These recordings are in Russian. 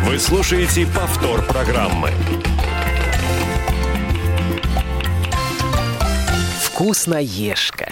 Вы слушаете повтор программы. Вкусноежка.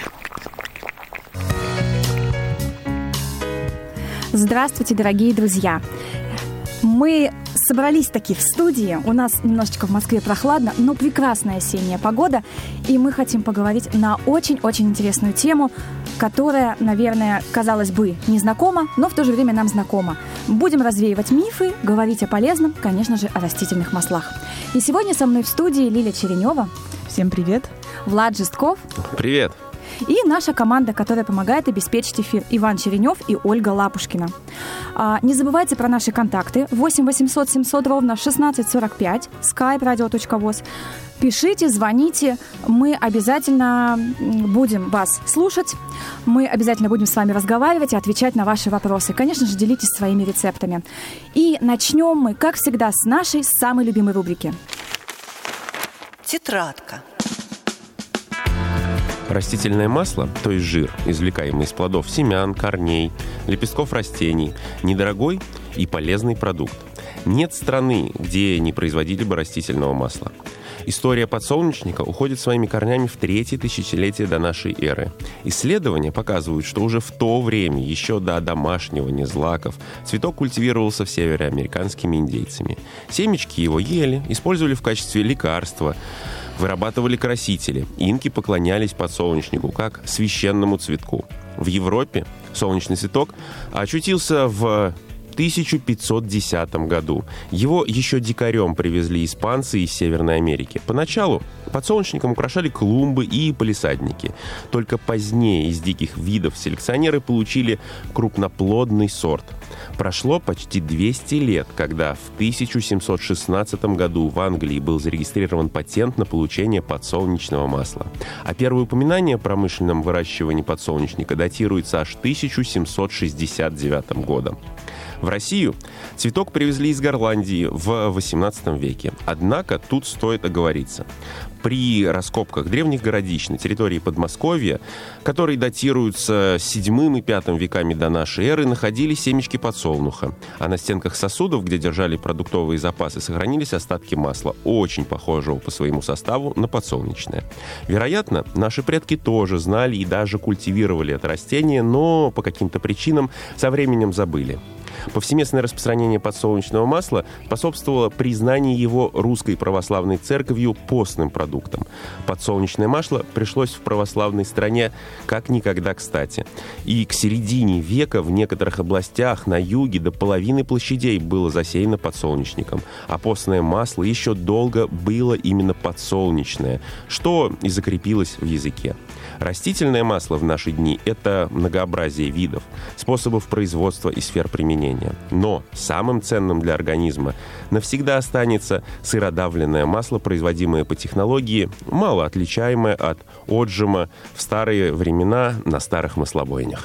Здравствуйте, дорогие друзья! Мы собрались таки в студии. У нас немножечко в Москве прохладно, но прекрасная осенняя погода. И мы хотим поговорить на очень-очень интересную тему, которая, наверное, казалось бы, не знакома, но в то же время нам знакома. Будем развеивать мифы, говорить о полезном, конечно же, о растительных маслах. И сегодня со мной в студии Лиля Черенева. Всем привет. Влад Жестков. Привет. И наша команда, которая помогает обеспечить эфир, Иван Черенев и Ольга Лапушкина. Не забывайте про наши контакты 8 800 700 ровно 1645, skype radio.voz. Пишите, звоните, мы обязательно будем вас слушать, мы обязательно будем с вами разговаривать и отвечать на ваши вопросы. Конечно же, делитесь своими рецептами. И начнем мы, как всегда, с нашей самой любимой рубрики. Тетрадка. Растительное масло, то есть жир, извлекаемый из плодов семян, корней, лепестков растений, недорогой и полезный продукт. Нет страны, где не производили бы растительного масла. История подсолнечника уходит своими корнями в 3-е тысячелетие до нашей эры. Исследования показывают, что уже в то время, еще до домашнего злаков, цветок культивировался североамериканскими индейцами. Семечки его ели, использовали в качестве лекарства, вырабатывали красители. Инки поклонялись подсолнечнику как священному цветку. В Европе солнечный цветок очутился в 1510 году. Его еще дикарем привезли испанцы из Северной Америки. Поначалу подсолнечником украшали клумбы и палисадники. Только позднее из диких видов селекционеры получили крупноплодный сорт. Прошло почти 200 лет, когда в 1716 году в Англии был зарегистрирован патент на получение подсолнечного масла. А первое упоминание о промышленном выращивании подсолнечника датируется аж 1769 годом. В Россию цветок привезли из Голландии в XVIII веке. Однако тут стоит оговориться. При раскопках древних городищ на территории Подмосковья, которые датируются VII и V веками до нашей эры, находились семечки подсолнуха. А на стенках сосудов, где держали продуктовые запасы, сохранились остатки масла, очень похожего по своему составу на подсолнечное. Вероятно, наши предки тоже знали и даже культивировали это растение, но по каким-то причинам со временем забыли. Повсеместное распространение подсолнечного масла способствовало признанию его Русской Православной Церковью постным продуктом. Подсолнечное масло пришлось в православной стране как никогда кстати. И к середине века в некоторых областях на юге до половины площадей было засеяно подсолнечником. А постное масло еще долго было именно подсолнечное, что и закрепилось в языке. Растительное масло в наши дни – это многообразие видов, способов производства и сфер применения. Но самым ценным для организма навсегда останется сыродавленное масло, производимое по технологии, мало отличаемое от отжима в старые времена на старых маслобойнях.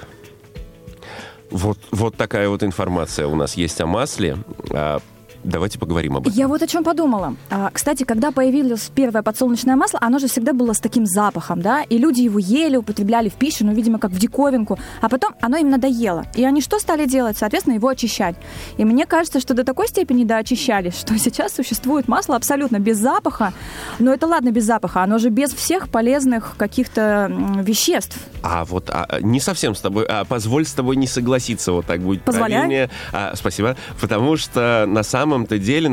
Вот такая вот информация у нас есть о масле. Давайте поговорим об этом. Я вот о чем подумала. Кстати, когда появилось первое подсолнечное масло, оно же всегда было с таким запахом, да, и люди его ели, употребляли в пищу, ну, видимо, как в диковинку, а потом оно им надоело. И они что стали делать? Соответственно, его очищать. И мне кажется, что до такой степени доочищали, что сейчас существует масло абсолютно без запаха. Но это ладно без запаха, оно же без всех полезных каких-то веществ. Не совсем с тобой, позволь с тобой не согласиться, вот так будет правильнее. Спасибо, потому что на самом деле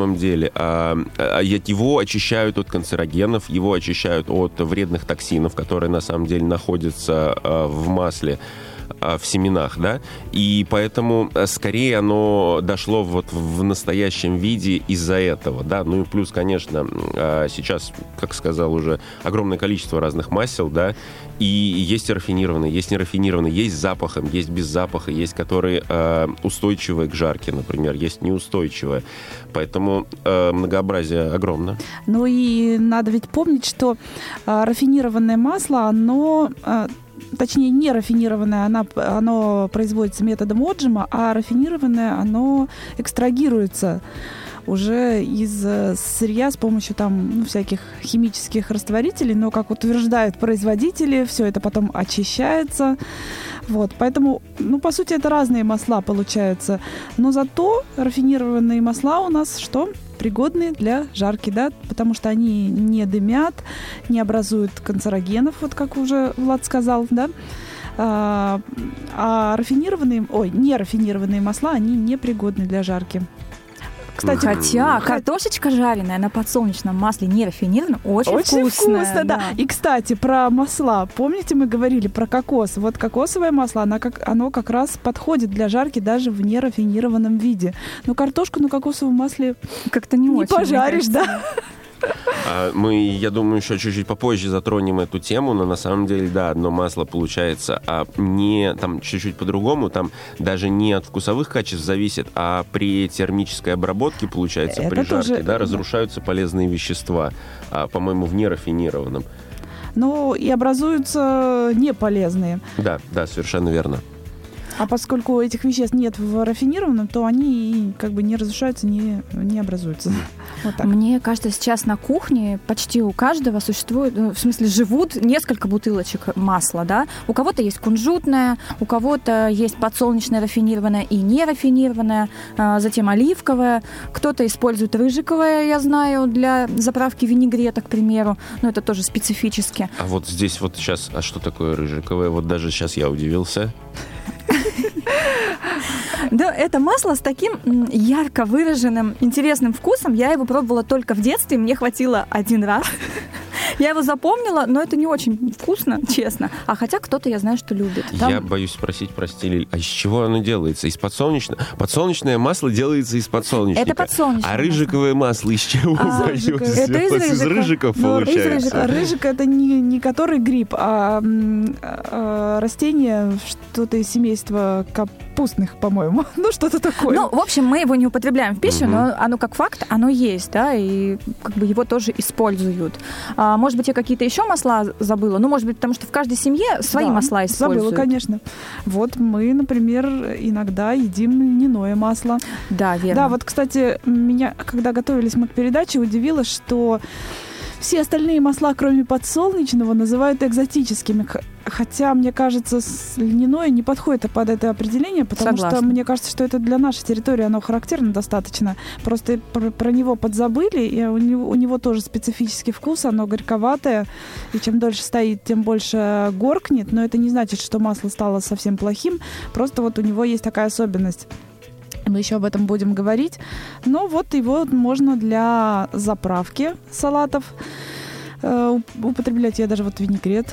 его очищают от канцерогенов, его очищают от вредных токсинов, которые на самом деле находятся в масле, в семенах, да, и поэтому скорее оно дошло вот в настоящем виде из-за этого, да, ну и плюс, конечно, сейчас, как сказал уже, огромное количество разных масел, да, и есть рафинированные, есть нерафинированные, есть с запахом, есть без запаха, есть которые устойчивые к жарке, например, есть неустойчивые, поэтому многообразие огромно. Ну и надо ведь помнить, что рафинированное масло, точнее, не рафинированное, оно производится методом отжима, а рафинированное, оно экстрагируется уже из сырья с помощью всяких химических растворителей, но, как утверждают производители, все это потом очищается, Вот, поэтому, по сути, это разные масла получаются. Но зато рафинированные масла у нас что? Пригодные для жарки, да, потому что они не дымят, не образуют канцерогенов, вот как уже Влад сказал, да. А нерафинированные масла, они непригодны для жарки. Кстати, хотя картошечка жареная на подсолнечном масле не рафинированном очень вкусная. Да. И, кстати, про масла. Помните, мы говорили про кокос? Вот кокосовое масло, оно как раз подходит для жарки даже в нерафинированном виде. Но картошку на кокосовом масле как-то не очень пожаришь, да? Мы, я думаю, еще чуть-чуть попозже затронем эту тему, но на самом деле, да, одно масло получается не там чуть-чуть по-другому, там даже не от вкусовых качеств зависит, а при термической обработке, получается, это при жарке, тоже, да, разрушаются полезные вещества, по-моему, в нерафинированном. Ну, и образуются неполезные. Да, совершенно верно. А поскольку этих веществ нет в рафинированном, то они как бы не разрушаются, не образуются. Вот так. Мне кажется, сейчас на кухне почти у каждого существует, в смысле, живут несколько бутылочек масла, да. У кого-то есть кунжутное, у кого-то есть подсолнечное рафинированное и нерафинированное, затем оливковое. Кто-то использует рыжиковое, я знаю, для заправки винегрета, к примеру. Но это тоже специфически. А вот здесь вот сейчас, а что такое рыжиковое? Вот даже сейчас я удивился. Да, это масло с таким ярко выраженным, интересным вкусом. Я его пробовала только в детстве, мне хватило один раз. Я его запомнила, но это не очень вкусно, честно. А хотя кто-то, я знаю, что любит. Я боюсь спросить, прости, Лиль, а из чего оно делается? Из подсолнечного? Подсолнечное масло делается из подсолнечника. Это подсолнечное. А рыжиковое масло из чего продается? Это из рыжиков, получается. Рыжик — это не который гриб, а растение, что-то из семейства капустных, по-моему. Ну, что-то такое. Ну, в общем, мы его не употребляем в пищу, но оно как факт, оно есть, да, и как бы его тоже используют. Может быть, я какие-то еще масла забыла? Ну, может быть, потому что в каждой семье свои масла используют. Забыла, конечно. Вот мы, например, иногда едим льняное масло. Да, верно. Да, вот, кстати, меня, когда готовились мы к передаче, удивило, что все остальные масла, кроме подсолнечного, называют экзотическими. Хотя, мне кажется, льняное не подходит под это определение, потому что мне кажется, что это для нашей территории оно характерно достаточно. Просто про него подзабыли, и у него тоже специфический вкус, оно горьковатое, и чем дольше стоит, тем больше горкнет, но это не значит, что масло стало совсем плохим, просто вот у него есть такая особенность. Мы еще об этом будем говорить. Но вот его можно для заправки салатов употреблять. Я даже вот винегрет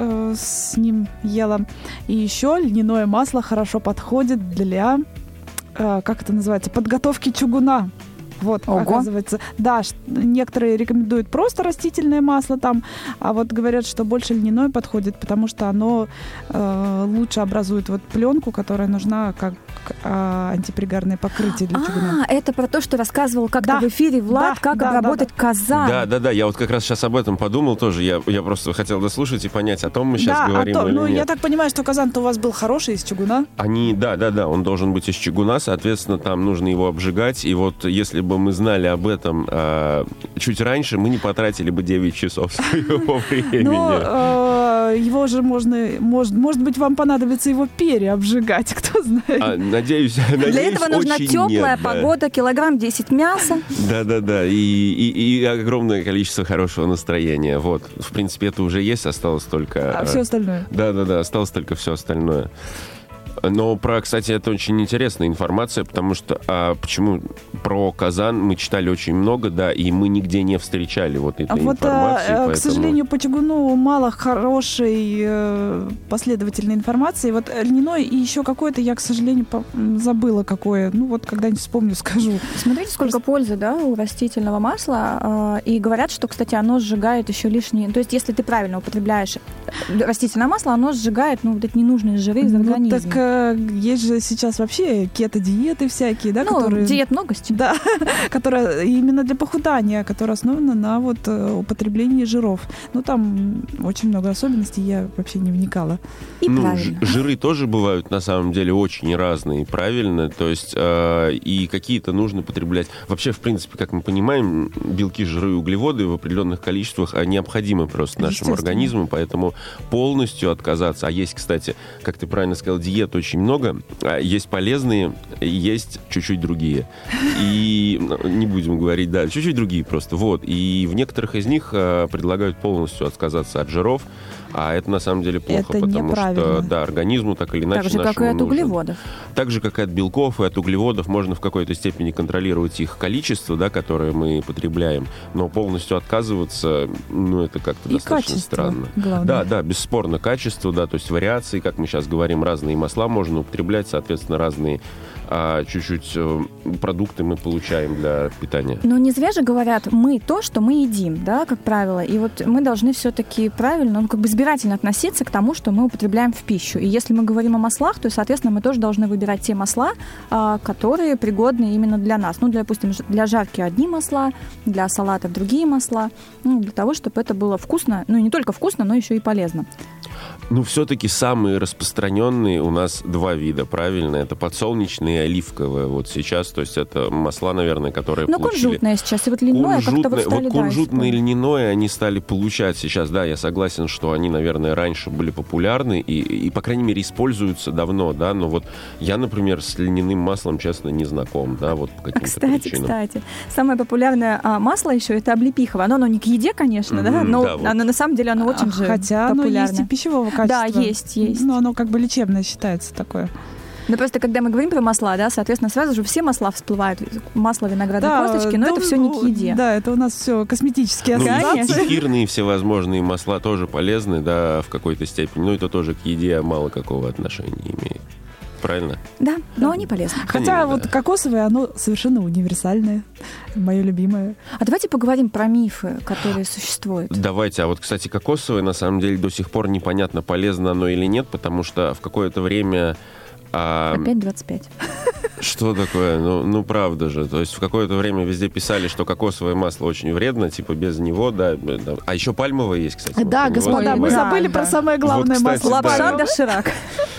с ним ела. И еще льняное масло хорошо подходит для, как это называется, подготовки чугуна. Вот, Ого. Оказывается. Да, некоторые рекомендуют просто растительное масло там, а вот говорят, что больше льняное подходит, потому что оно лучше образует вот пленку, которая нужна как антипригарное покрытие для чугуна. Это про то, что рассказывал как-то в эфире Влад, как обработать казан. Да, я вот как раз сейчас об этом подумал тоже. Я просто хотел дослушать и понять, о том мы сейчас говорим или нет. Я так понимаю, что казан-то у вас был хороший из чугуна? Да, он должен быть из чугуна, соответственно, там нужно его обжигать, и вот если бы мы знали об этом чуть раньше, мы не потратили бы 9 часов своего времени. Но его же может быть, вам понадобится его переобжигать, кто знает. Надеюсь, для этого нужна теплая погода, килограмм 10 мяса. Да, и огромное количество хорошего настроения. Вот, в принципе, это уже есть, осталось только... все остальное. Да, осталось только все остальное. Но кстати, это очень интересная информация, потому что почему про казан мы читали очень много, да, и мы нигде не встречали вот этой информации. Поэтому... К сожалению, по чугуну мало хорошей последовательной информации. Вот льняной и еще какое-то, я, к сожалению, забыла какое. Ну вот когда-нибудь вспомню, скажу. Смотрите, сколько пользы, да, у растительного масла. И говорят, что, кстати, оно сжигает еще лишние... То есть, если ты правильно употребляешь растительное масло, оно сжигает, вот эти ненужные жиры из организма. есть же сейчас вообще кето-диеты всякие, да, которые... диет много сейчас. Да, которая именно для похудания, которая основана на вот употреблении жиров. Ну, там очень много особенностей, я вообще не вникала. И правильно. Жиры тоже бывают, на самом деле, очень разные, правильно? То есть и какие-то нужно потреблять. Вообще, в принципе, как мы понимаем, белки, жиры и углеводы в определенных количествах необходимы просто нашему организму, поэтому полностью отказаться. А есть, кстати, как ты правильно сказал, диет очень много. Есть полезные, есть чуть-чуть другие. И не будем говорить, да, чуть-чуть другие просто. Вот. И в некоторых из них предлагают полностью отказаться от жиров. А это на самом деле плохо, это потому что да, организму так или иначе так же, как и от углеводов. Так же, как и от белков, и от углеводов можно в какой-то степени контролировать их количество, да, которое мы потребляем, но полностью отказываться, это как-то достаточно качество, странно. Главное. Да, бесспорно, качество, да, то есть вариации, как мы сейчас говорим, разные масла можно употреблять, соответственно, разные чуть-чуть продукты мы получаем для питания. Но не зря же говорят, мы то, что мы едим, да, как правило. И вот мы должны все-таки правильно, избирательно относиться к тому, что мы употребляем в пищу. И если мы говорим о маслах, то, соответственно, мы тоже должны выбирать те масла, которые пригодны именно для нас. Допустим, для жарки одни масла, для салатов другие масла, для того, чтобы это было вкусно, и не только вкусно, но еще и полезно. Все-таки самые распространенные у нас два вида, правильно? Это подсолнечное и оливковое. Вот сейчас, то есть это масла, наверное, которые получили... кунжутное сейчас, и вот льняное как-то стали... Кунжутное и льняное они стали получать сейчас, да, я согласен, что они, наверное, раньше были популярны и, по крайней мере, используются давно, да, но вот я, например, с льняным маслом, честно, не знаком, да, вот по каким-то причинам. Кстати, самое популярное масло еще это облепихово. Оно не к еде, конечно, да, но да, вот. Оно на самом деле оно очень же хотя популярное. Оно есть и пищевого качества. Да, есть. Но оно как бы лечебное считается такое. Но просто когда мы говорим про масла, да, соответственно, сразу же все масла всплывают. Масло виноградной косточки, но это все не к еде. Да, это у нас все косметические ассоциации. Эфирные всевозможные масла тоже полезны, да, в какой-то степени. Но это тоже к еде мало какого отношения имеет. Правильно? Да, но они полезны. Хотя вот кокосовое, оно совершенно универсальное, мое любимое. А давайте поговорим про мифы, которые существуют. Давайте. А вот, кстати, кокосовое, на самом деле, до сих пор непонятно, полезно оно или нет, потому что в какое-то время... Опять 25. Что такое? Ну, правда же. То есть в какое-то время везде писали, что кокосовое масло очень вредно, типа без него, да. А еще пальмовое есть, кстати. Да, господа, мы забыли про самое главное масло. Лапша доширак.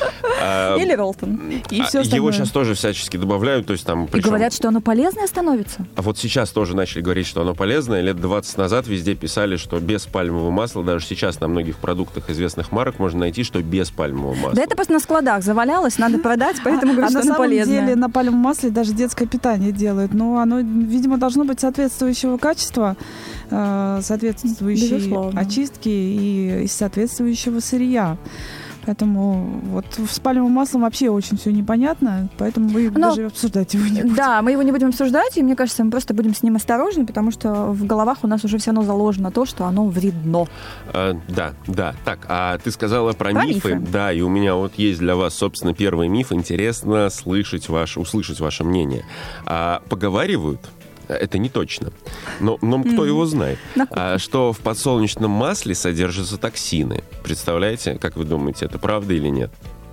Или роллтон. И все остальное. Его сейчас тоже всячески добавляют. То есть, там, и говорят, что оно полезное становится. А вот сейчас тоже начали говорить, что оно полезное. Лет 20 назад везде писали, что без пальмового масла, даже сейчас на многих продуктах известных марок можно найти, что без пальмового масла. Да это просто на складах завалялось, надо продать, поэтому говорят, что оно полезное. На самом деле на пальмовом масле даже детское питание делают. Но оно, видимо, должно быть соответствующего качества, соответствующей Безусловно. очистки и из соответствующего сырья. Поэтому вот с пальмовым маслом вообще очень все непонятно, поэтому мы даже обсуждать его не будем. Да, мы его не будем обсуждать, и мне кажется, мы просто будем с ним осторожны, потому что в головах у нас уже все равно заложено то, что оно вредно. Да. Так, а ты сказала про мифы. Да, и у меня вот есть для вас, собственно, первый миф. Интересно услышать ваше мнение. Поговаривают, это не точно, но кто его знает, что в подсолнечном масле содержатся токсины. Представляете, как вы думаете, это правда или нет?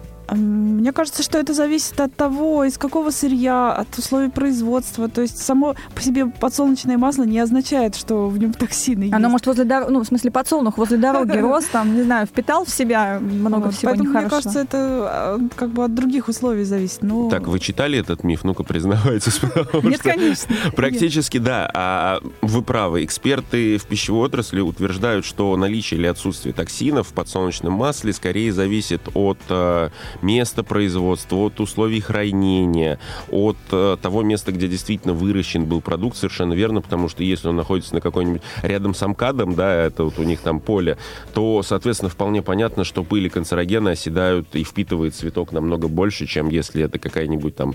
Мне кажется, что это зависит от того, из какого сырья, от условий производства. То есть само по себе подсолнечное масло не означает, что в нем токсины есть. Оно может возле дороги, в смысле подсолнух возле дороги рос, там, не знаю, впитал в себя много всего поэтому, нехорошего. Мне кажется, это как бы от других условий зависит. Но... Так, вы читали этот миф? Ну-ка, признавайтесь. Нет, конечно. Практически, да. А вы правы. Эксперты в пищевой отрасли утверждают, что наличие или отсутствие токсинов в подсолнечном масле скорее зависит от места производства, от условий хранения, от того места, где действительно выращен был продукт, совершенно верно, потому что если он находится на какой-нибудь рядом с МКАДом, да, это вот у них там поле, то, соответственно, вполне понятно, что пыль и канцерогены оседают и впитывает цветок намного больше, чем если это какая-нибудь там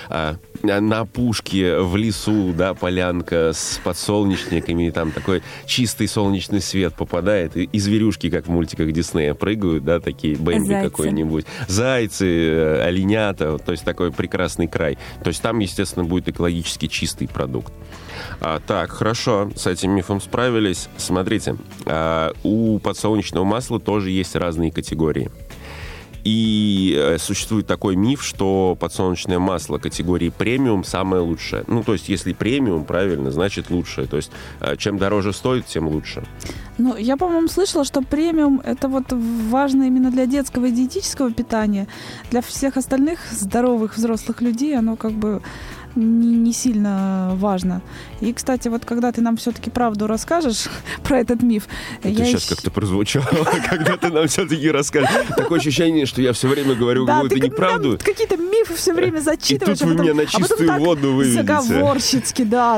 на опушке в лесу, да, полянка с подсолнечниками, и там такой чистый солнечный свет попадает, и зверюшки, как в мультиках Диснея, прыгают, да, такие, Бэмби какой-нибудь, зайцы, оленята, то есть такой прекрасный край. То есть там, естественно, будет экологически чистый продукт. Так, хорошо, с этим мифом справились. Смотрите, у подсолнечного масла тоже есть разные категории. И существует такой миф, что подсолнечное масло категории премиум самое лучшее. Ну, то есть, если премиум, правильно, значит лучшее. То есть, чем дороже стоит, тем лучше. Ну, я, по-моему, слышала, что премиум – это вот важно именно для детского и диетического питания. Для всех остальных здоровых взрослых людей оно как бы не сильно важно. И, кстати, вот когда ты нам все-таки правду расскажешь про этот миф... Это сейчас как-то прозвучало, когда ты нам все-таки расскажешь. Такое ощущение, что я все время говорю какую-то неправду. Какие-то мифы все время зачитываешь. И тут вы меня на чистую воду выведете. Заговорщицки, да.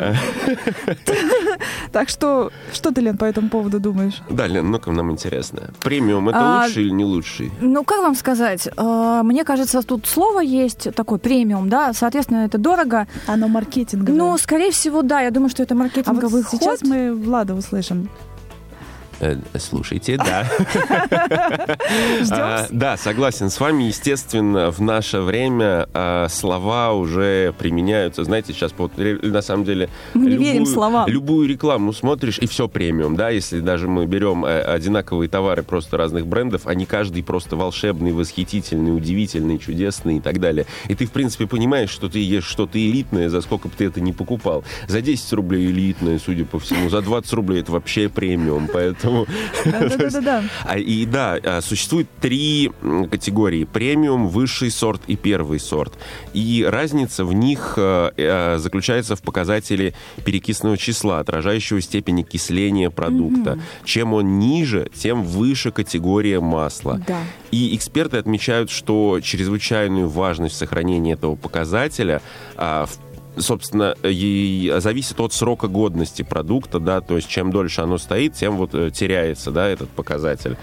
Так что ты, Лен, по этому поводу думаешь? Да, Лен, ну-ка, нам интересно. Премиум — это лучший или не лучший? Ну, как вам сказать? Мне кажется, тут слово есть такое, премиум, да, соответственно, это дорого. Оно маркетинговое. Ну, скорее всего, да, я думаю, что это маркетинговый ход. Сейчас мы Влада услышим. Слушайте, да. Да, согласен с вами. Естественно, в наше время слова уже применяются. Знаете, сейчас на самом деле мы не верим словам. Любую рекламу смотришь, и все премиум. Да, если даже мы берем одинаковые товары просто разных брендов, они каждый просто волшебный, восхитительный, удивительный, чудесный и так далее. И ты, в принципе, понимаешь, что ты ешь что-то элитное, за сколько бы ты это ни покупал. За 10 рублей элитное, судя по всему. За 20 рублей это вообще премиум. Поэтому Да. И да, существует 3 категории: премиум, высший сорт и первый сорт. И разница в них заключается в показателе перекисного числа, отражающего степень окисления продукта. Чем он ниже, тем выше категория масла. Да. И эксперты отмечают, что чрезвычайную важность сохранения этого показателя собственно, и зависит от срока годности продукта, да, то есть чем дольше оно стоит, тем вот теряется, да, этот показатель.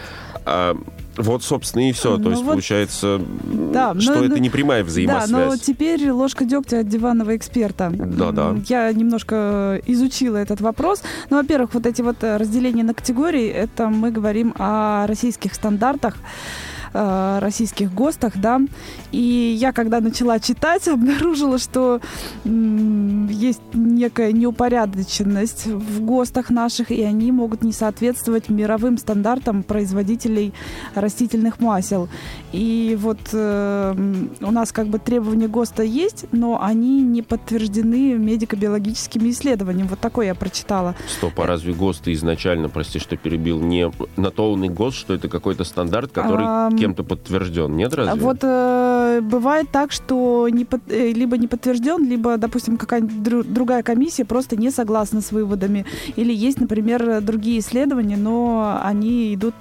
Вот, собственно, и все. То есть, получается, да, что это не прямая взаимосвязь. Да, но теперь ложка дегтя от диванного эксперта. Да. Я немножко изучила этот вопрос. Ну, во-первых, вот эти вот разделения на категории, это мы говорим о российских стандартах, российских ГОСТах, да, и я, когда начала читать, обнаружила, что есть некая неупорядоченность в ГОСТах наших, и они могут не соответствовать мировым стандартам производителей растительных масел. И вот у нас как бы требования ГОСТа есть, но они не подтверждены медико-биологическими исследованиями. Вот такое я прочитала. Стоп, а разве ГОСТы изначально, прости, что перебил, не на то он и ГОСТ, что это какой-то стандарт, который кем-то подтвержден, нет разве? Вот бывает так, что либо не подтвержден, либо, допустим, какая-нибудь другая комиссия просто не согласна с выводами. Или есть, например, другие исследования, но они идут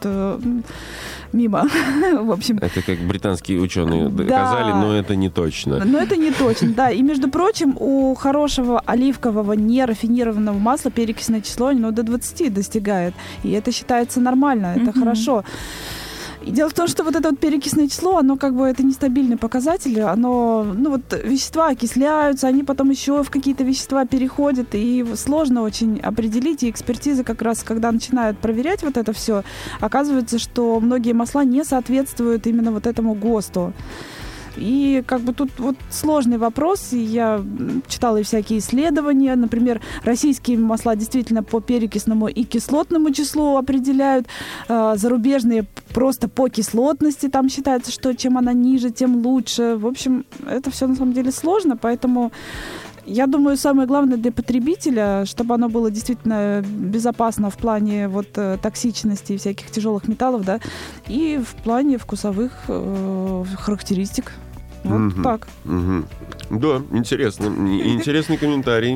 мимо. В общем. Это как британские ученые доказали, да, но это не точно. Но это не точно, да. И, между прочим, у хорошего оливкового нерафинированного масла перекисное число до 20 достигает. И это считается нормально, это хорошо. И дело в том, что вот это вот перекисное число, оно как бы это нестабильный показатель, оно, вещества окисляются, они потом еще в какие-то вещества переходят, и сложно очень определить, и экспертиза как раз, когда начинают проверять вот это все, оказывается, что многие масла не соответствуют именно вот этому ГОСТу. И как бы тут вот сложный вопрос, и я читала и всякие исследования, например, российские масла действительно по перекисному и кислотному числу определяют, зарубежные просто по кислотности, там считается, что чем она ниже, тем лучше. В общем, это все на самом деле сложно, поэтому я думаю, самое главное для потребителя, чтобы оно было действительно безопасно в плане вот токсичности и всяких тяжелых металлов, да, и в плане вкусовых характеристик. Вот так. Да, интересно. Интересный комментарий.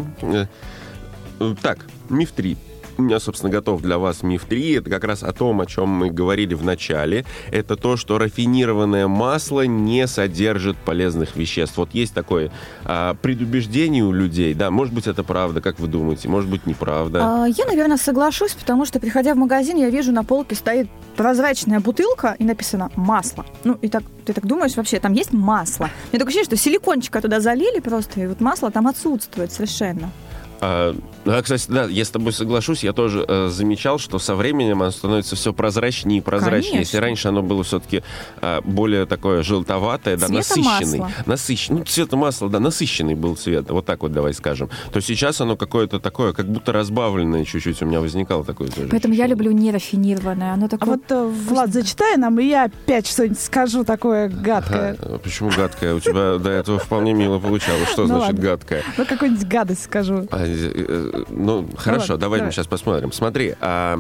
Так, миф 3. У меня, собственно, готов для вас миф 3. Это как раз о том, о чем мы говорили в начале. Это то, что рафинированное масло не содержит полезных веществ. Вот есть такое предубеждение у людей. Да, может быть, это правда, как вы думаете? Может быть, неправда? Я, наверное, соглашусь, потому что, приходя в магазин, я вижу, на полке стоит прозрачная бутылка и написано «масло». Ну, и так ты так думаешь, вообще, там есть масло? Мне такое ощущение, что силикончика туда залили просто, и вот масло там отсутствует совершенно. Кстати, да, я с тобой соглашусь. Я тоже замечал, что со временем оно становится все прозрачнее и прозрачнее. Конечно. Если раньше оно было все-таки более такое желтоватое, да, насыщенный. Ну, цвета масла, да, насыщенный был цвет. Вот так вот давай скажем. То сейчас оно какое-то такое, как будто разбавленное чуть-чуть. У меня возникало такое тоже. Поэтому я люблю нерафинированное. Оно такое... Влад, зачитай нам, и я опять что-нибудь скажу такое гадкое. Почему гадкое? У тебя до этого вполне мило получалось. Что значит гадкое? Ну, какую-нибудь гадость скажу. Хорошо, давай мы сейчас посмотрим. Смотри,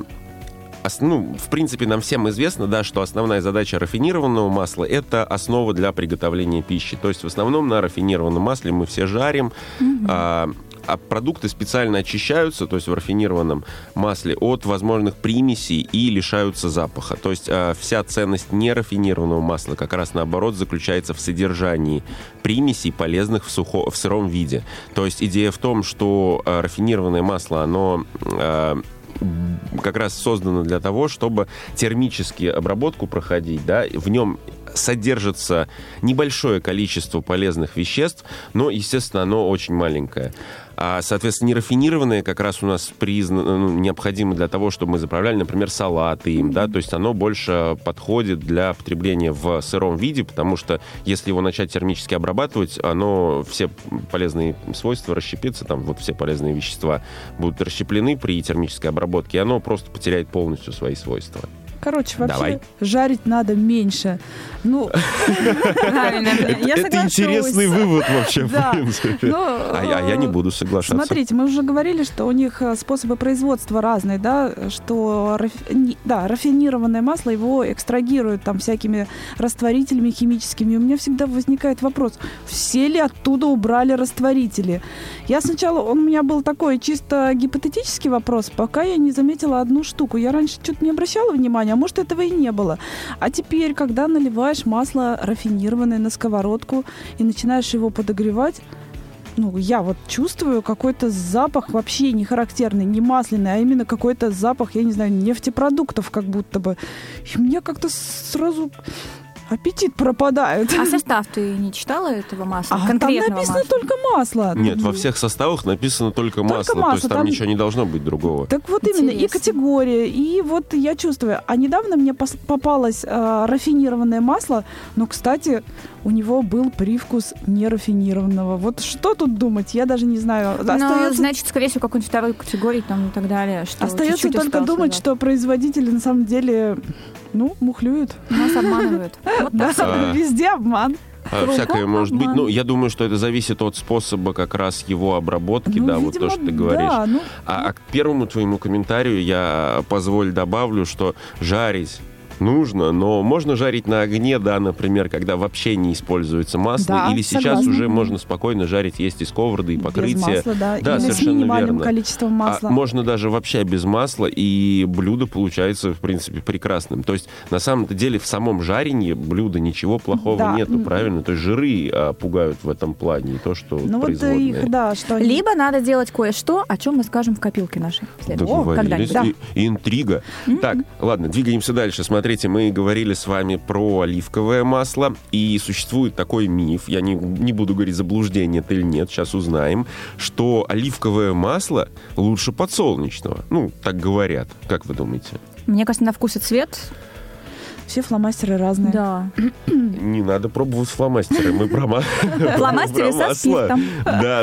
в принципе, нам всем известно, да, что основная задача рафинированного масла – это основа для приготовления пищи. То есть в основном на рафинированном масле мы все жарим, а продукты специально очищаются, то есть в рафинированном масле, от возможных примесей и лишаются запаха. То есть вся ценность нерафинированного масла как раз наоборот заключается в содержании примесей, полезных в сыром виде. То есть идея в том, что рафинированное масло, оно как раз создано для того, чтобы термически обработку проходить, да, в нем содержится небольшое количество полезных веществ, но, естественно, оно очень маленькое. А, соответственно, нерафинированное как раз у нас необходимо для того, чтобы мы заправляли, например, салаты им, да, то есть оно больше подходит для потребления в сыром виде, потому что если его начать термически обрабатывать, оно все полезные свойства расщепится, там вот все полезные вещества будут расщеплены при термической обработке, и оно просто потеряет полностью свои свойства. Короче, вообще жарить надо меньше. Ну, правильно. Это интересный вывод вообще, в принципе. А я не буду соглашаться. Смотрите, мы уже говорили, что у них способы производства разные, да, что рафинированное масло, его экстрагируют там всякими растворителями химическими. И у меня всегда возникает вопрос, все ли оттуда убрали растворители? У меня был такой чисто гипотетический вопрос, пока я не заметила одну штуку. Я раньше что-то не обращала внимания, а может, этого и не было. А теперь, когда наливаешь масло рафинированное на сковородку и начинаешь его подогревать, я вот чувствую какой-то запах вообще не характерный, не масляный, а именно какой-то запах, я не знаю, нефтепродуктов как будто бы. И мне как-то сразу аппетит пропадает. А состав ты не читала этого масла? Там написано только масло. Нет, во всех составах написано только масло. То есть там ничего не должно быть другого. Так вот именно, и категория. И вот я чувствую. А недавно мне попалось рафинированное масло, но, кстати, у него был привкус нерафинированного. Вот что тут думать? Я даже не знаю. Значит, скорее всего, какой-нибудь второй категории там и так далее. Остается только думать, что производители на самом деле мухлюют. Нас обманывают. Везде обман. Всякое может быть. Я думаю, что это зависит от способа как раз его обработки, видимо, вот то, что ты говоришь. Да, а к первому твоему комментарию я добавлю, что жарить нужно, но можно жарить на огне, да, например, когда вообще не используется масло, да, или сейчас уже можно спокойно жарить, есть и сковороды, и покрытия. Без масла, да, да, совершенно с минимальным верно. Количеством масла. Можно даже вообще без масла, и блюдо получается, в принципе, прекрасным. То есть, на самом-то деле, в самом жарении блюда ничего плохого нету, правильно? То есть, жиры пугают в этом плане, не то, что производные. Либо надо делать кое-что, о чем мы скажем в копилке нашей. Договорились. Интрига. Так, ладно, двигаемся дальше. Смотрите, мы говорили с вами про оливковое масло, и существует такой миф, я не буду говорить, заблуждение это или нет, сейчас узнаем, что оливковое масло лучше подсолнечного. Так говорят. Как вы думаете? Мне кажется, на вкус и цвет... Все фломастеры разные. Да. Не надо пробовать фломастеры. Мы про фломастеры со спиртом. Да.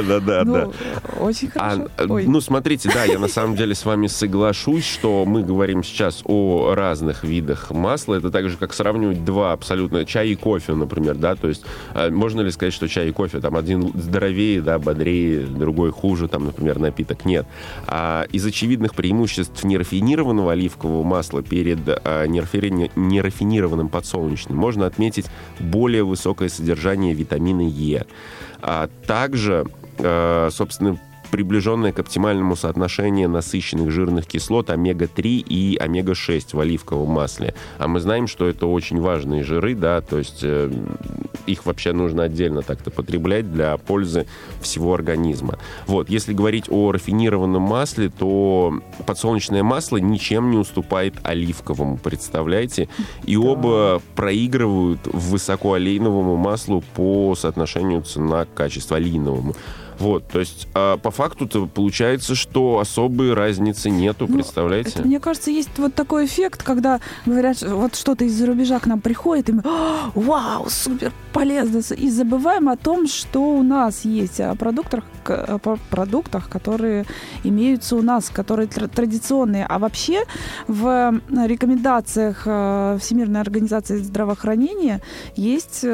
Очень хорошо. Смотрите, да, я на самом деле с вами соглашусь, что мы говорим сейчас о разных видах масла. Это так же, как сравнивать два абсолютно... Чай и кофе, например, да, то есть можно ли сказать, что чай и кофе, там, один здоровее, да, бодрее, другой хуже, там, например, напиток? Нет. Из очевидных преимуществ нерафинированного оливкового масла перед нерафинированным подсолнечным можно отметить более высокое содержание витамина Е. А также, собственно, приближенное к оптимальному соотношению насыщенных жирных кислот омега-3 и омега-6 в оливковом масле. А мы знаем, что это очень важные жиры, да, то есть их вообще нужно отдельно так-то потреблять для пользы всего организма. Вот, если говорить о рафинированном масле, то подсолнечное масло ничем не уступает оливковому, представляете? И оба проигрывают высокоолейновому маслу по соотношению цена-качество олейновому. Вот, то есть, по факту, факту-то получается, что особой разницы нету, представляете? Это, мне кажется, есть вот такой эффект, когда говорят, что что-то из-за рубежа к нам приходит, и мы, вау, супер полезно, и забываем о том, что у нас есть, о продуктах, которые имеются у нас, которые традиционные. А вообще в рекомендациях Всемирной организации здравоохранения есть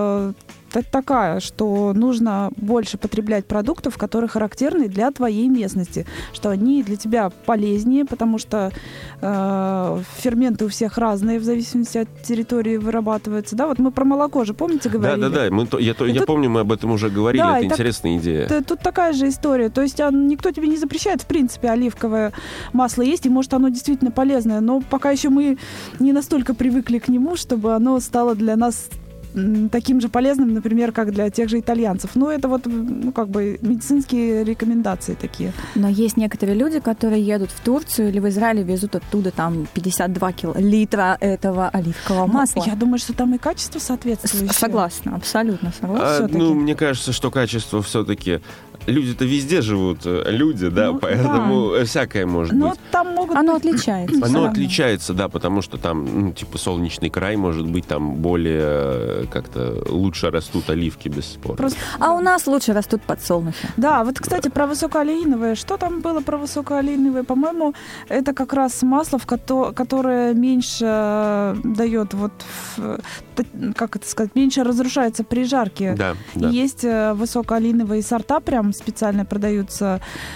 такая, что нужно больше потреблять продуктов, которые характерны для твоей местности, что они для тебя полезнее, потому что ферменты у всех разные в зависимости от территории вырабатываются. Да, вот мы про молоко же, помните, говорили? Да. Я помню, мы об этом уже говорили, да, это интересная идея. Тут такая же история. То есть никто тебе не запрещает, в принципе, оливковое масло есть, и может оно действительно полезное, но пока еще мы не настолько привыкли к нему, чтобы оно стало для нас таким же полезным, например, как для тех же итальянцев. Ну, это вот, медицинские рекомендации такие. Но есть некоторые люди, которые едут в Турцию или в Израиль и везут оттуда там 52 литра этого оливкового масла. Я думаю, что там и качество соответствующее. Согласна, абсолютно согласна. Мне кажется, что качество все-таки... Люди-то везде живут, да, поэтому всякое может быть. Там Оно отличается. Оно отличается, да, потому что там, солнечный край, может быть, там более как-то лучше растут оливки, бесспорно. А у нас лучше растут подсолнухи. Да, вот, кстати, про высокоолеиновое. Что там было про высокоолеиновое? По-моему, это как раз масло, которое меньше дает, как это сказать, меньше разрушается при жарке. Да. Есть высокоолеиновые сорта прям специально продаются,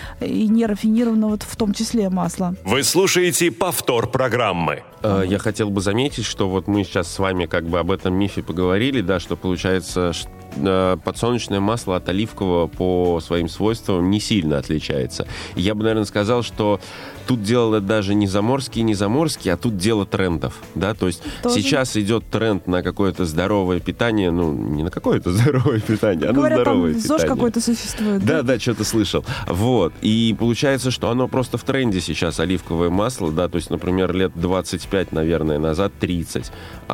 и нерафинированного в том числе масло. Вы слушаете повтор программы. Я хотел бы заметить, что вот мы сейчас с вами как бы об этом мифе поговорили, да, что получается, подсолнечное масло от оливкового по своим свойствам не сильно отличается. И я бы, наверное, сказал, что тут дело даже не заморские, а тут дело трендов, да, то есть тоже сейчас идет тренд на какое-то здоровое питание, не на какое-то здоровое питание, говорят, на здоровое там питание. ЗОЖ какой-то существует. Да, что-то слышал. Вот, и получается, что оно просто в тренде сейчас, оливковое масло, да, то есть, например, лет 25, наверное, назад, 30,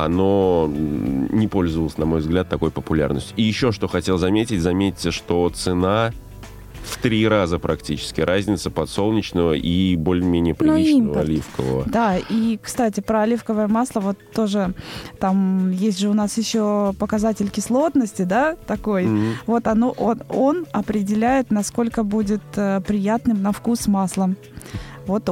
оно не пользовалось, на мой взгляд, такой популярностью. И еще что хотел заметьте, что цена в 3 раза практически разница подсолнечного и более-менее приличного оливкового. Да, и, кстати, про оливковое масло вот тоже там есть же у нас еще показатель кислотности, да, такой. Mm-hmm. Вот он определяет, насколько будет приятным на вкус масло. Вот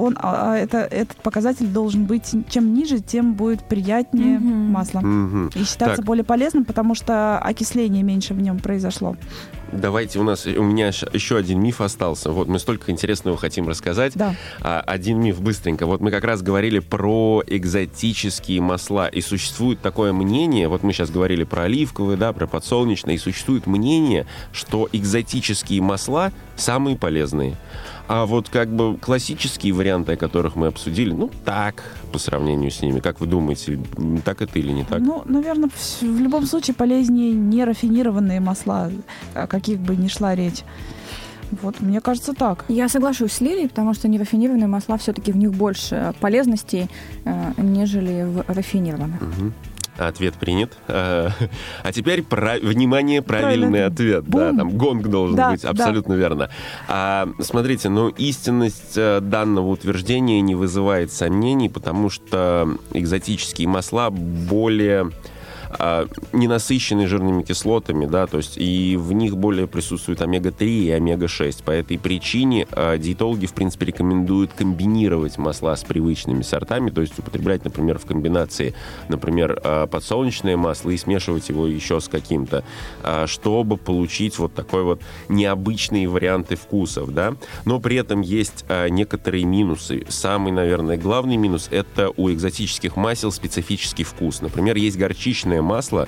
этот показатель должен быть, чем ниже, тем будет приятнее масло. И считаться более полезным, потому что окисление меньше в нем произошло. Давайте, у меня еще один миф остался. Вот мы столько интересного хотим рассказать. Да. Один миф быстренько. Вот мы как раз говорили про экзотические масла. И существует такое мнение, вот мы сейчас говорили про оливковые, да, про подсолнечные, и существует мнение, что экзотические масла самые полезные. А вот как бы классические варианты, о которых мы обсудили, так, по сравнению с ними. Как вы думаете, так это или не так? Наверное, в любом случае полезнее нерафинированные масла, о каких бы ни шла речь. Вот, мне кажется, так. Я соглашусь с Лилией, потому что нерафинированные масла, все-таки в них больше полезностей, нежели в рафинированных. Угу. Ответ принят. А теперь, внимание, правильный ответ. Да, там гонг должен быть, абсолютно верно. Смотрите, истинность данного утверждения не вызывает сомнений, потому что экзотические масла более не насыщены жирными кислотами, да, то есть и в них более присутствует омега-3 и омега-6. По этой причине диетологи, в принципе, рекомендуют комбинировать масла с привычными сортами, то есть употреблять, например, в комбинации, например, подсолнечное масло и смешивать его еще с каким-то, чтобы получить вот такой вот необычные варианты вкусов, да. Но при этом есть некоторые минусы. Самый, наверное, главный минус — это у экзотических масел специфический вкус. Например, есть горчичное масло,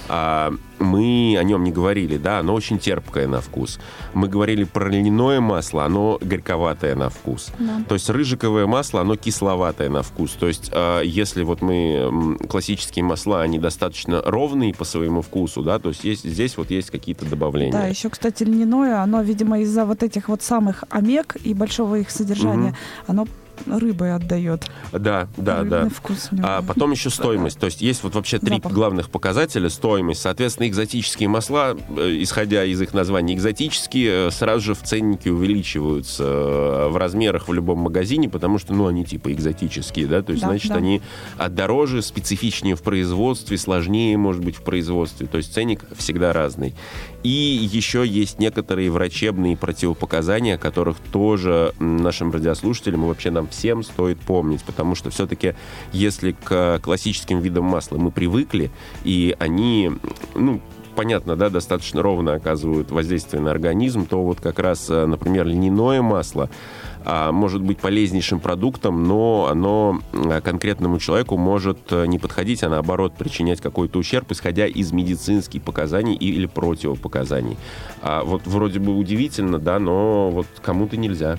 мы о нем не говорили, да, оно очень терпкое на вкус. Мы говорили про льняное масло, оно горьковатое на вкус. Да. То есть рыжиковое масло, оно кисловатое на вкус. То есть если вот мы классические масла, они достаточно ровные по своему вкусу, да, то есть здесь вот есть какие-то добавления. Да, еще, кстати, льняное, оно, видимо, из-за вот этих вот самых омег и большого их содержания, оно рыбой отдает. Да. Вкус А потом еще стоимость. То есть есть вот вообще 3 главных показателя. Стоимость. Соответственно, экзотические масла, исходя из их названия, экзотические сразу же в ценнике увеличиваются в размерах в любом магазине, потому что, они типа экзотические, да, то есть, значит, они дороже, специфичнее в производстве, сложнее, может быть, в производстве. То есть ценник всегда разный. И еще есть некоторые врачебные противопоказания, о которых тоже нашим радиослушателям и вообще нам всем стоит помнить, потому что все-таки, если к классическим видам масла мы привыкли, и они, понятно, да, достаточно ровно оказывают воздействие на организм, то вот как раз, например, льняное масло может быть полезнейшим продуктом, но оно конкретному человеку может не подходить, а наоборот причинять какой-то ущерб, исходя из медицинских показаний или противопоказаний. Вот вроде бы удивительно, да, но вот кому-то нельзя.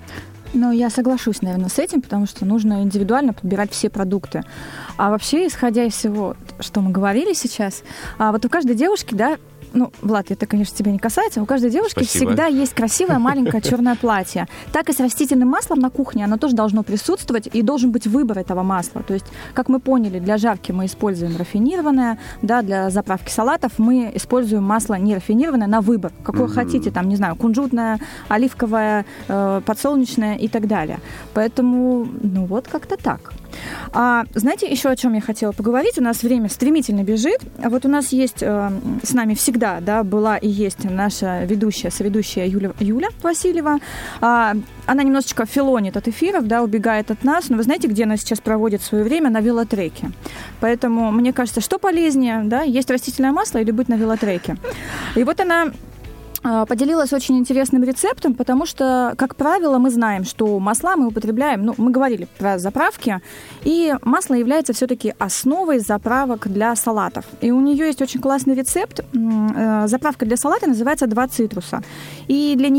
Я соглашусь, наверное, с этим, потому что нужно индивидуально подбирать все продукты. А вообще, исходя из всего, что мы говорили сейчас, вот у каждой девушки, да, Влад, это, конечно, тебя не касается. У каждой девушки всегда есть красивое маленькое черное платье. Так и с растительным маслом на кухне оно тоже должно присутствовать, и должен быть выбор этого масла. То есть, как мы поняли, для жарки мы используем рафинированное, да, для заправки салатов мы используем масло нерафинированное на выбор. Какое хотите, там, не знаю, кунжутное, оливковое, подсолнечное и так далее. Поэтому, вот как-то так. Знаете, еще о чем я хотела поговорить? У нас время стремительно бежит. Вот у нас есть с нами всегда, да, была и есть наша соведущая Юля Васильева. Она немножечко филонит от эфиров, да, убегает от нас. Но вы знаете, где она сейчас проводит свое время? На велотреке. Поэтому мне кажется, что полезнее, да, есть растительное масло или быть на велотреке? И вот она поделилась очень интересным рецептом, потому что, как правило, мы знаем, что масла мы употребляем, мы говорили про заправки, и масло является все-таки основой заправок для салатов. И у нее есть очень классный рецепт. Заправка для салата называется 2 цитруса. И для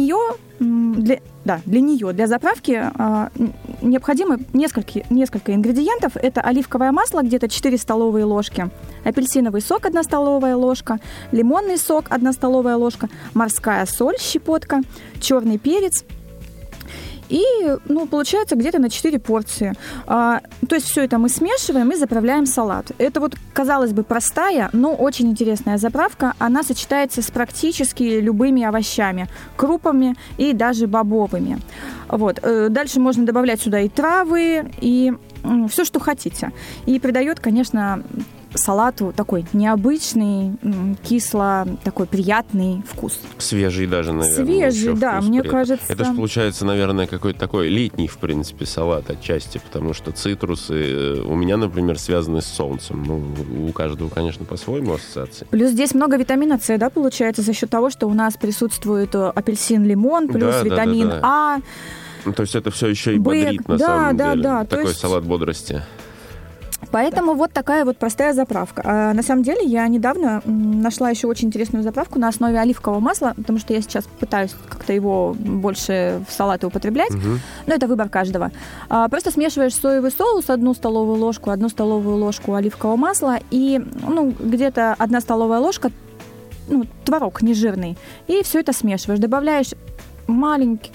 заправки необходимы несколько ингредиентов. Это оливковое масло, где-то 4 столовые ложки, апельсиновый сок 1 столовая ложка, лимонный сок 1 столовая ложка, морская соль, щепотка, черный перец. И, получается где-то на 4 порции. То есть все это мы смешиваем и заправляем салат. Это вот, казалось бы, простая, но очень интересная заправка. Она сочетается с практически любыми овощами, крупами и даже бобовыми. Вот. Дальше можно добавлять сюда и травы, и все, что хотите. И придает, конечно, салату такой необычный, кисло, такой приятный вкус. Свежий даже, наверное. Свежий, да, мне кажется. Это же получается, наверное, какой-то такой летний, в принципе, салат отчасти, потому что цитрусы у меня, например, связаны с солнцем. У каждого, конечно, по-своему ассоциации. Плюс здесь много витамина С, да, получается, за счет того, что у нас присутствует апельсин, лимон, плюс витамин А. То есть это все еще и бодрит, на самом деле. Такой салат бодрости. Поэтому вот такая вот простая заправка. На самом деле я недавно нашла еще очень интересную заправку на основе оливкового масла, потому что я сейчас пытаюсь как-то его больше в салаты употреблять. Но это выбор каждого. Просто смешиваешь соевый соус, 1 столовую ложку оливкового масла и где-то 1 столовая ложка творог нежирный. И все это смешиваешь. Добавляешь маленький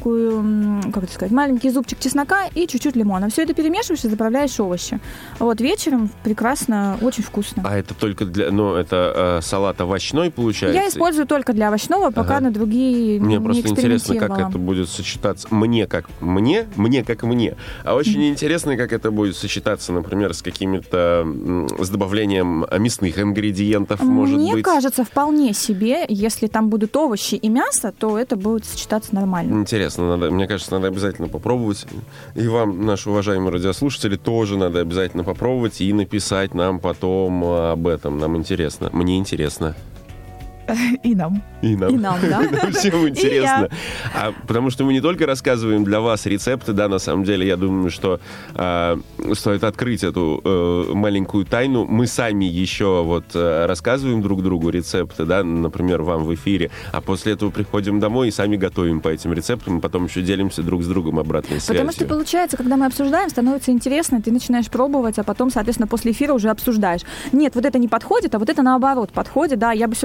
зубчик чеснока и чуть-чуть лимона. Все это перемешиваешь и заправляешь овощи. Вот вечером прекрасно, очень вкусно. А это только для... это салат овощной, получается? Я использую только для овощного, пока на другие мне не просто интересно, как это будет сочетаться. Мне как мне. А очень интересно, как это будет сочетаться, например, с какими-то... с добавлением мясных ингредиентов, может быть. Мне кажется, вполне себе, если там будут овощи и мясо, то это будет сочетаться нормально. Интересно, мне кажется, надо обязательно попробовать. И вам, наши уважаемые радиослушатели, тоже надо обязательно попробовать и написать нам потом об этом. Нам интересно. Мне интересно. И нам. Да. Всем интересно. Потому что мы не только рассказываем для вас рецепты, да, на самом деле, я думаю, что стоит открыть эту маленькую тайну. Мы сами еще рассказываем друг другу рецепты, да, например, вам в эфире, а после этого приходим домой и сами готовим по этим рецептам, и потом еще делимся друг с другом обратной связью. Потому что получается, когда мы обсуждаем, становится интересно, ты начинаешь пробовать, а потом, соответственно, после эфира уже обсуждаешь. Нет, вот это не подходит, а вот это наоборот подходит, да, я бы сюда добавила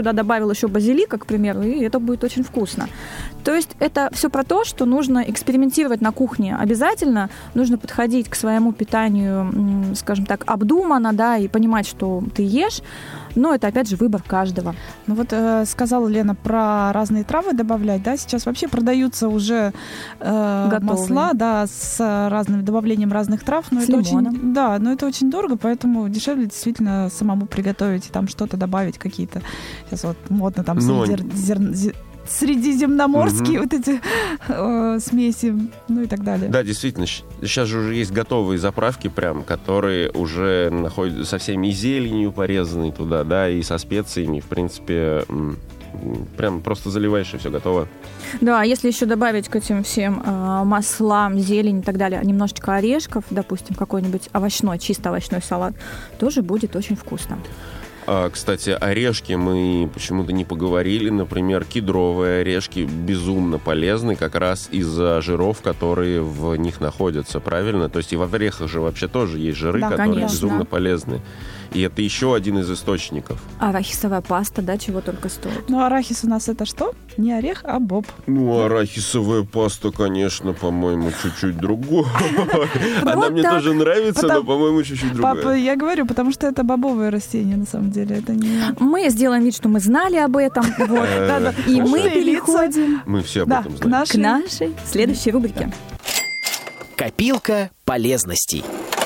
добавил еще базилика, к примеру, и это будет очень вкусно. То есть это все про то, что нужно экспериментировать на кухне обязательно, нужно подходить к своему питанию, скажем так, обдуманно, да, и понимать, что ты ешь, но это, опять же, выбор каждого. Ну вот сказала Лена про разные травы добавлять, да, сейчас вообще продаются уже масла, да, с разным добавлением разных трав, но с это лимоном. очень, да, но это очень дорого, поэтому дешевле действительно самому приготовить и там что-то добавить, какие-то, сейчас вот модно там средиземноморские вот эти смеси, ну и так далее. Да, действительно, сейчас же уже есть готовые заправки прям, которые уже находятся со всеми зеленью порезанной туда, да, и со специями, в принципе, прям просто заливаешь, и все готово. Да, если еще добавить к этим всем маслам, зелень и так далее, немножечко орешков, допустим, какой-нибудь овощной, чисто овощной салат, тоже будет очень вкусно. Кстати, орешки мы почему-то не поговорили. Например, кедровые орешки безумно полезны как раз из-за жиров, которые в них находятся, правильно? То есть и в орехах же вообще тоже есть жиры, да, которые конечно. безумно полезны. И это еще один из источников. Арахисовая паста, да, чего только стоит. Ну, арахис у нас это что? Не орех, а боб. Ну, арахисовая паста, конечно, по-моему, чуть-чуть другое. Она мне тоже нравится, но, по-моему, чуть-чуть другое. Папа, я говорю, потому что это бобовое растение, на самом деле. Это не... Мы сделаем вид, что мы знали об этом. И мы переходим Мы все об этом знаем. к нашей следующей рубрике. Копилка полезностей.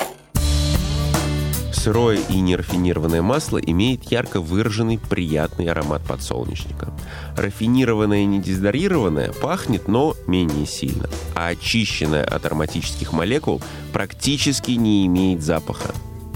Сырое и нерафинированное масло имеет ярко выраженный приятный аромат подсолнечника. Рафинированное и недезодорированное пахнет, но менее сильно. А очищенное от ароматических молекул практически не имеет запаха.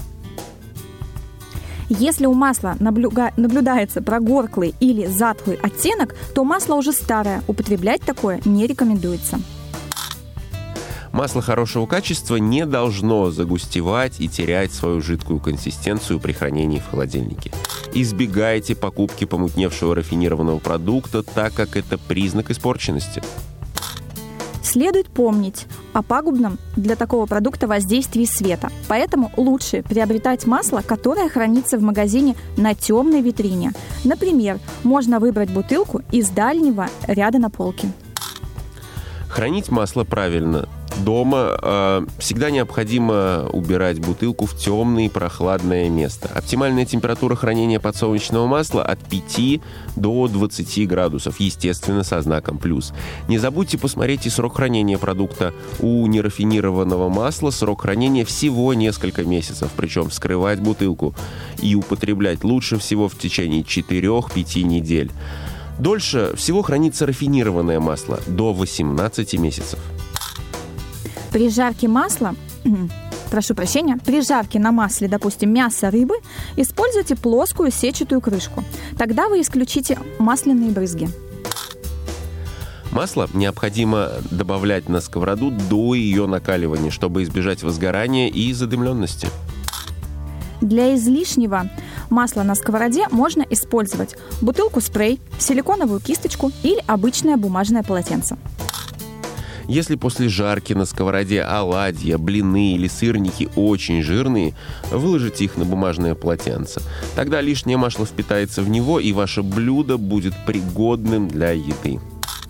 Если у масла наблюдается прогорклый или затхлый оттенок, то масло уже старое. Употреблять такое не рекомендуется. Масло хорошего качества не должно загустевать и терять свою жидкую консистенцию при хранении в холодильнике. Избегайте покупки помутневшего рафинированного продукта, так как это признак испорченности. Следует помнить о пагубном для такого продукта воздействии света. Поэтому лучше приобретать масло, которое хранится в магазине на темной витрине. Например, можно выбрать бутылку из дальнего ряда на полке. Хранить масло правильно. Дома всегда необходимо убирать бутылку в темное и прохладное место. Оптимальная температура хранения подсолнечного масла от 5 до 20 градусов, естественно, со знаком плюс. Не забудьте посмотреть и срок хранения продукта. У нерафинированного масла срок хранения всего несколько месяцев, причем вскрывать бутылку и употреблять лучше всего в течение 4-5 недель. Дольше всего хранится рафинированное масло, до 18 месяцев. При жарке масла, при жарке на масле, допустим, мяса, рыбы, используйте плоскую сетчатую крышку. Тогда вы исключите масляные брызги. Масло необходимо добавлять на сковороду до ее накаливания, чтобы избежать возгорания и задымленности. Для излишнего масла на сковороде можно использовать бутылку спрей, силиконовую кисточку или обычное бумажное полотенце. Если после жарки на сковороде оладья, блины или сырники очень жирные, выложите их на бумажное полотенце. Тогда лишнее масло впитается в него, и ваше блюдо будет пригодным для еды.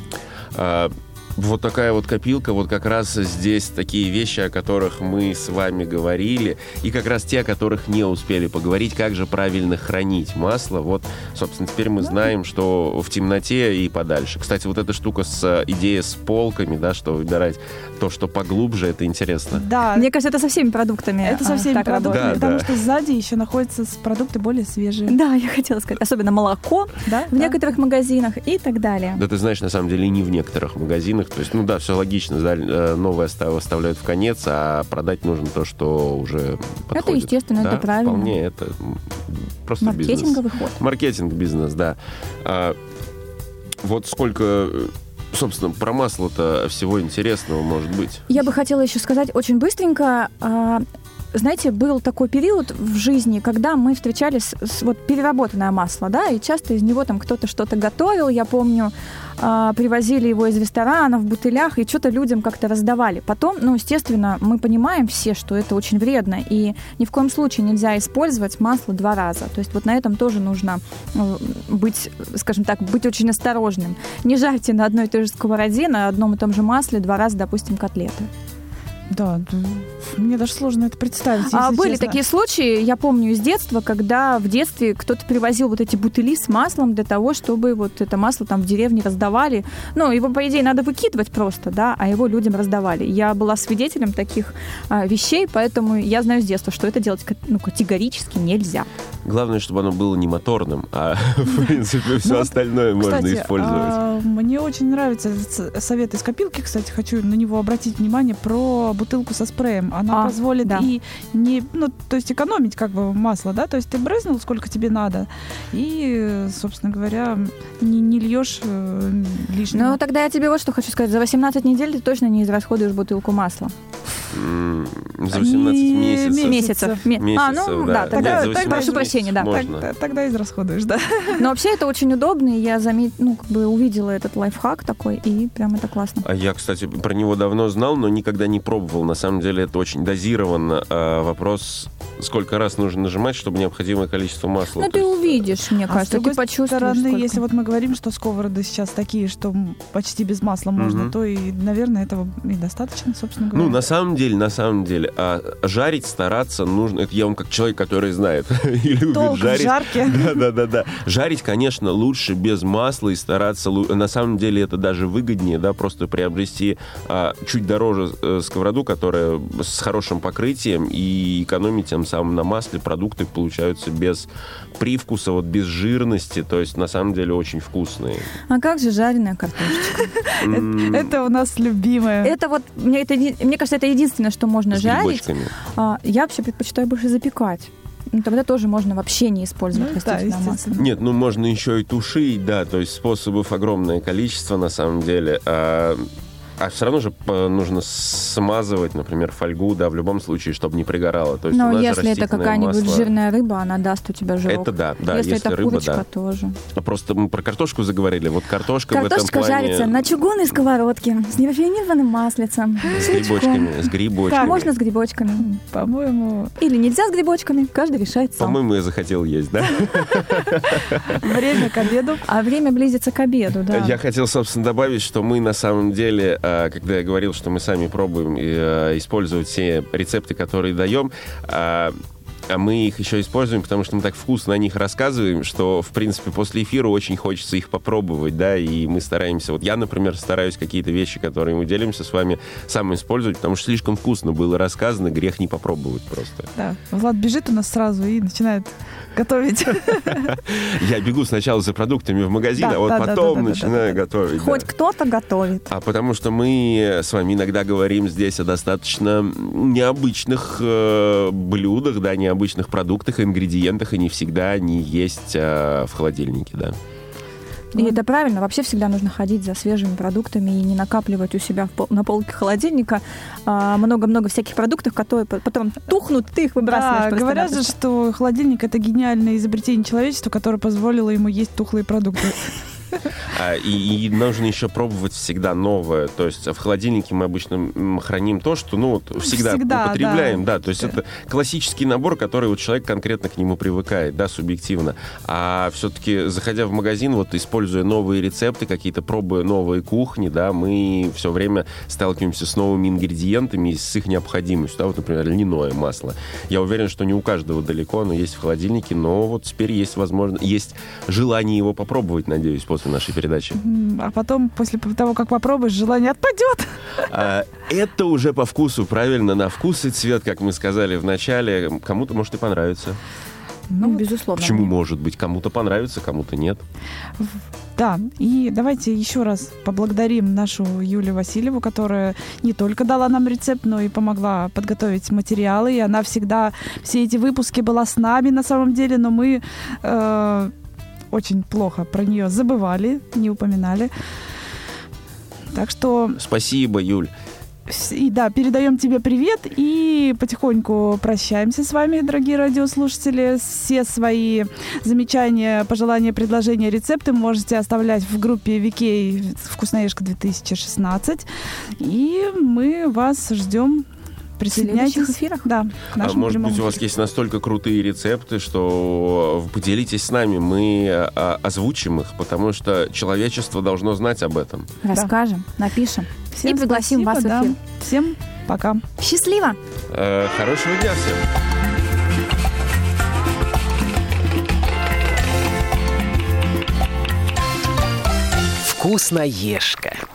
Вот такая вот копилка, вот как раз здесь такие вещи, о которых мы с вами говорили, и как раз те, о которых не успели поговорить, как же правильно хранить масло. Вот, собственно, теперь мы знаем, что в темноте и подальше. Кстати, вот эта штука идея с полками, да, что выбирать то, что поглубже, это интересно. Да. Мне кажется, это со всеми продуктами. Это со всеми продуктами, да, потому да. что сзади еще находятся продукты более свежие. Да, я хотела сказать. Особенно молоко в некоторых магазинах и так далее. Да, ты знаешь, на самом деле не в некоторых магазинах. То есть, ну да, все логично, да, новое оставляют в конец, а продать нужно то, что уже подходит. Это естественно, да, это правильно. Вполне, это просто маркетинговый бизнес. ход. Маркетинг-бизнес, да. Вот сколько, собственно, про масло-то всего интересного может быть. Я бы хотела еще сказать очень быстренько. знаете, был такой период в жизни, когда мы встречались с вот переработанное масло, да, и часто из него там кто-то что-то готовил. Я помню, привозили его из ресторанов в бутылях и что-то людям как-то раздавали. Потом, естественно, мы понимаем все, что это очень вредно, и ни в коем случае нельзя использовать масло 2 раза. То есть вот на этом тоже нужно быть, скажем так, быть очень осторожным. Не жарьте на одной и той же сковороде, на одном и том же масле 2 раза, допустим, котлеты. Да, мне даже сложно это представить, если Были честно. такие случаи, я помню из детства, когда в детстве кто-то привозил вот эти бутыли с маслом для того, чтобы вот это масло там в деревне раздавали. Его, по идее, надо выкидывать просто, да, а его людям раздавали. Я была свидетелем таких вещей, поэтому я знаю с детства, что это делать категорически нельзя. Главное, чтобы оно было не моторным, а, в принципе, все остальное можно использовать. Мне очень нравится этот совет из копилки, кстати, хочу на него обратить внимание, про бутылку со спреем. Она позволит и не, то есть экономить как бы масло, да, то есть ты брызнул сколько тебе надо и, собственно говоря, не льешь лишнего. Тогда я тебе вот что хочу сказать. За 18 недель ты точно не израсходуешь бутылку масла. За 18 месяцев. Да. Тогда прошу прощения, да. Тогда израсходуешь, да. Но вообще это очень удобно, и я увидела этот лайфхак такой, и прям это классно. А я, кстати, про него давно знал, но никогда не пробовал. На самом деле это очень дозированно. Вопрос, сколько раз нужно нажимать, чтобы необходимое количество масла. Ты увидишь, мне кажется, ты почувствуешь. С другой стороны, если вот мы говорим, что сковороды сейчас такие, что почти без масла можно, то и, наверное, этого и достаточно, собственно говоря. На самом деле, жарить стараться нужно. Это я вам как человек, который знает и любит толк жарить. В жарке. Да. Жарить, конечно, лучше без масла и стараться. На самом деле это даже выгоднее, да, просто приобрести чуть дороже сковороду, которая с хорошим покрытием, и экономить тем самым на масле. Продукты получаются без привкуса, без жирности, то есть на самом деле очень вкусные. А как же жареная картошечка? Это у нас любимое. Это мне кажется, это единственное, что можно жарить. Я вообще предпочитаю больше запекать. Тогда тоже можно вообще не использовать растительное масло. Нет, можно еще и тушить, да, то есть способов огромное количество на самом деле. А все равно же нужно смазывать, например, фольгу, да, в любом случае, чтобы не пригорало. То есть если это какая-нибудь жирная рыба, она даст у тебя жирок. Это да. Если это рыба, курочка, тоже. Просто мы про картошку заговорили. Вот картошка в этом плане... жарится на чугунной сковородке с нерафинированным маслицем. С грибочками. Так, можно с грибочками. По-моему... Или нельзя с грибочками, каждый решает сам. По-моему, я захотел есть, да? Время к обеду. А время близится к обеду, да. Я хотел, собственно, добавить, что мы на самом деле... Когда я говорил, что мы сами пробуем использовать все рецепты, которые даем, а мы их еще используем, потому что мы так вкусно о них рассказываем, что, в принципе, после эфира очень хочется их попробовать, да, и мы стараемся, я, например, стараюсь какие-то вещи, которые мы делимся с вами, сам использовать, потому что слишком вкусно было рассказано, грех не попробовать просто. Да, Влад бежит у нас сразу и начинает готовить. Я бегу сначала за продуктами в магазин, а потом начинаю готовить. Хоть кто-то готовит. А потому что мы с вами иногда говорим здесь о достаточно необычных блюдах, да, необычных продуктах, ингредиентах, и не всегда они есть в холодильнике, да. И это правильно. Вообще всегда нужно ходить за свежими продуктами и не накапливать у себя на полке холодильника много-много всяких продуктов, которые потом тухнут, ты их выбрасываешь. Да, говорят же, что холодильник — это гениальное изобретение человечества, которое позволило ему есть тухлые продукты. И нужно еще пробовать всегда новое. То есть в холодильнике мы обычно храним то, что всегда употребляем. Да. То есть это классический набор, который человек конкретно к нему привыкает, да, субъективно. А все-таки, заходя в магазин, используя новые рецепты, какие-то пробуя новые кухни, да, мы все время сталкиваемся с новыми ингредиентами и с их необходимостью. Да, например, льняное масло. Я уверен, что не у каждого далеко оно есть в холодильнике, но теперь есть возможность, есть желание его попробовать, надеюсь, после нашей передачи. А потом, после того, как попробуешь, желание отпадет. Это уже по вкусу, правильно, на вкус и цвет, как мы сказали в начале. Кому-то может и понравится. Безусловно. Почему может быть? Кому-то понравится, кому-то нет. Да, и давайте еще раз поблагодарим нашу Юлию Васильеву, которая не только дала нам рецепт, но и помогла подготовить материалы. И она всегда, все эти выпуски была с нами на самом деле, но мы очень плохо про нее забывали, не упоминали. Так что... Спасибо, Юль. И да, передаем тебе привет и потихоньку прощаемся с вами, дорогие радиослушатели. Все свои замечания, пожелания, предложения, рецепты можете оставлять в группе VK «Вкусноежка 2016». И мы вас ждем. Присоединяйтесь. В следующих эфирах? Да, к нашему Может быть, у вас эфиру. есть настолько крутые рецепты, что поделитесь с нами, мы озвучим их, потому что человечество должно знать об этом. Расскажем, напишем Всем и пригласим спасибо, вас в да. эфир. Всем пока. Счастливо! Хорошего дня всем! Вкусноежка.